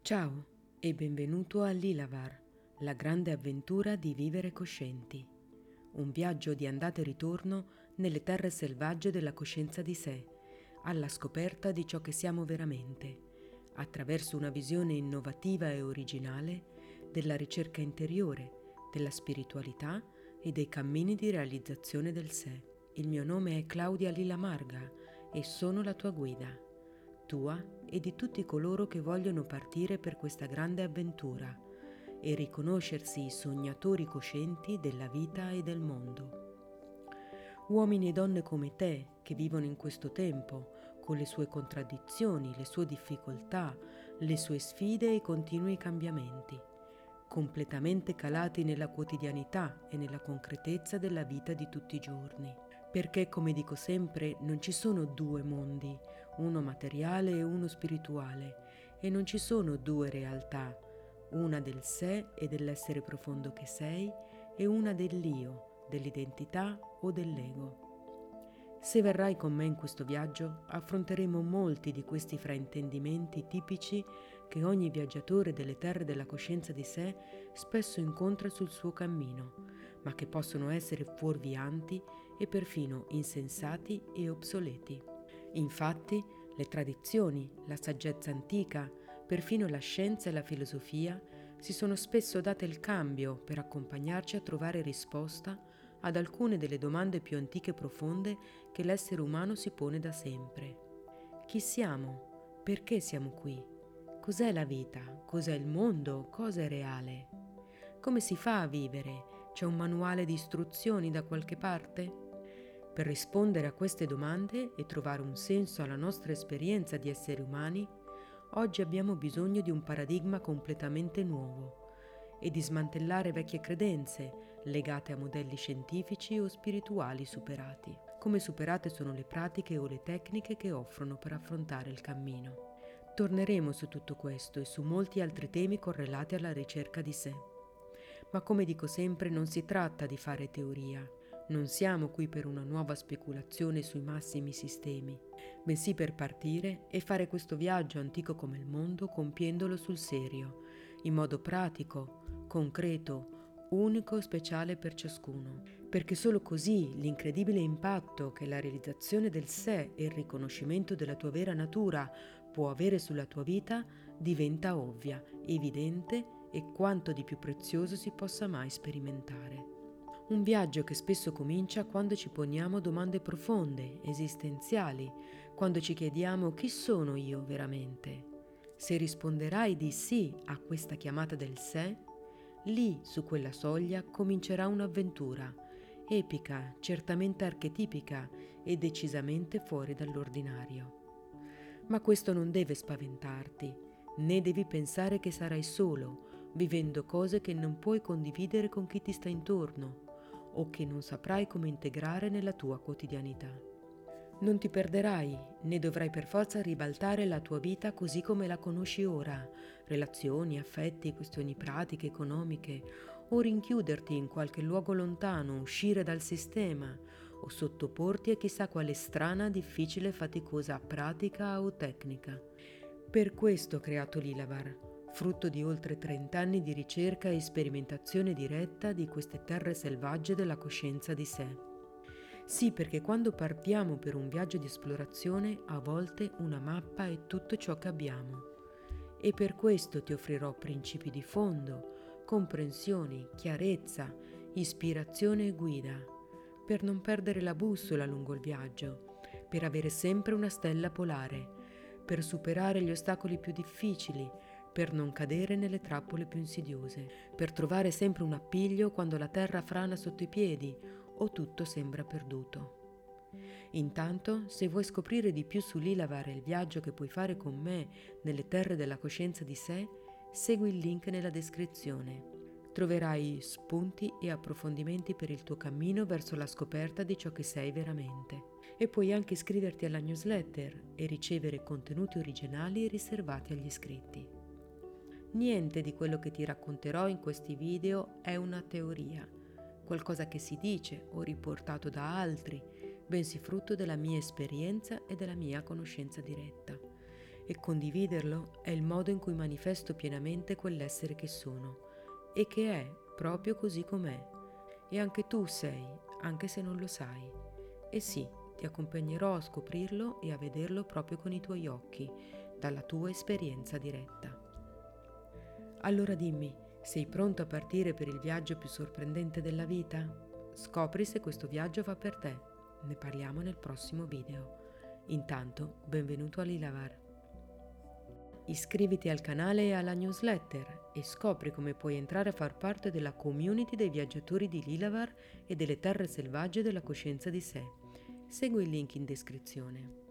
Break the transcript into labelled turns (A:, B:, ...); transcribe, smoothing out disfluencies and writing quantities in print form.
A: Ciao e benvenuto a Lilavar, la grande avventura di vivere coscienti. Un viaggio di andata e ritorno nelle terre selvagge della coscienza di sé, alla scoperta di ciò che siamo veramente, attraverso una visione innovativa e originale della ricerca interiore, della spiritualità e dei cammini di realizzazione del sé. Il mio nome è Claudia Lila Marga e sono la tua guida, tua e di tutti coloro che vogliono partire per questa grande avventura e riconoscersi sognatori coscienti della vita e del mondo. Uomini e donne come te che vivono in questo tempo, con le sue contraddizioni, le sue difficoltà, le sue sfide e i continui cambiamenti, completamente calati nella quotidianità e nella concretezza della vita di tutti i giorni. Perché, come dico sempre, non ci sono due mondi, uno materiale e uno spirituale, e non ci sono due realtà, una del sé e dell'essere profondo che sei e una dell'io, dell'identità o dell'ego. Se verrai con me in questo viaggio, affronteremo molti di questi fraintendimenti tipici che ogni viaggiatore delle terre della coscienza di sé spesso incontra sul suo cammino, ma che possono essere fuorvianti e perfino insensati e obsoleti. Infatti, le tradizioni, la saggezza antica, perfino la scienza e la filosofia si sono spesso date il cambio per accompagnarci a trovare risposta ad alcune delle domande più antiche e profonde che l'essere umano si pone da sempre. Chi siamo? Perché siamo qui? Cos'è la vita? Cos'è il mondo? Cosa è reale? Come si fa a vivere? C'è un manuale di istruzioni da qualche parte? Per rispondere a queste domande e trovare un senso alla nostra esperienza di esseri umani, oggi abbiamo bisogno di un paradigma completamente nuovo e di smantellare vecchie credenze legate a modelli scientifici o spirituali superati. Come superate sono le pratiche o le tecniche che offrono per affrontare il cammino. Torneremo su tutto questo e su molti altri temi correlati alla ricerca di sé. Ma come dico sempre, non si tratta di fare teoria. Non siamo qui per una nuova speculazione sui massimi sistemi, bensì per partire e fare questo viaggio antico come il mondo compiendolo sul serio, in modo pratico, concreto, unico e speciale per ciascuno. Perché solo così l'incredibile impatto che la realizzazione del sé e il riconoscimento della tua vera natura può avere sulla tua vita diventa ovvia, evidente e quanto di più prezioso si possa mai sperimentare. Un viaggio che spesso comincia quando ci poniamo domande profonde, esistenziali, quando ci chiediamo chi sono io veramente. Se risponderai di sì a questa chiamata del sé, lì su quella soglia comincerà un'avventura, epica, certamente archetipica e decisamente fuori dall'ordinario. Ma questo non deve spaventarti, né devi pensare che sarai solo, vivendo cose che non puoi condividere con chi ti sta intorno o che non saprai come integrare nella tua quotidianità. Non ti perderai, né dovrai per forza ribaltare la tua vita così come la conosci ora, relazioni, affetti, questioni pratiche, economiche, o rinchiuderti in qualche luogo lontano, uscire dal sistema, o sottoporti a chissà quale strana, difficile, faticosa pratica o tecnica. Per questo ho creato Lilavar, frutto di oltre 30 anni di ricerca e sperimentazione diretta di queste terre selvagge della coscienza di sé. Sì, perché quando partiamo per un viaggio di esplorazione, a volte una mappa è tutto ciò che abbiamo. E per questo ti offrirò principi di fondo, comprensioni, chiarezza, ispirazione e guida, per non perdere la bussola lungo il viaggio, per avere sempre una stella polare, per superare gli ostacoli più difficili, per non cadere nelle trappole più insidiose, per trovare sempre un appiglio quando la terra frana sotto i piedi o tutto sembra perduto. Intanto, se vuoi scoprire di più su Lilavar e il viaggio che puoi fare con me nelle terre della coscienza di sé, segui il link nella descrizione. Troverai spunti e approfondimenti per il tuo cammino verso la scoperta di ciò che sei veramente. E puoi anche iscriverti alla newsletter e ricevere contenuti originali riservati agli iscritti. Niente di quello che ti racconterò in questi video è una teoria, qualcosa che si dice o riportato da altri, bensì frutto della mia esperienza e della mia conoscenza diretta. e condividerlo è il modo in cui manifesto pienamente quell'essere che sono e che è proprio così com'è. E anche tu sei, anche se non lo sai. E sì, ti accompagnerò a scoprirlo e a vederlo proprio con i tuoi occhi, dalla tua esperienza diretta. Allora dimmi, sei pronto a partire per il viaggio più sorprendente della vita? Scopri se questo viaggio fa per te. Ne parliamo nel prossimo video. Intanto, benvenuto a Lilavar. Iscriviti al canale e alla newsletter e scopri come puoi entrare a far parte della community dei viaggiatori di Lilavar e delle terre selvagge della coscienza di sé. Segui il link in descrizione.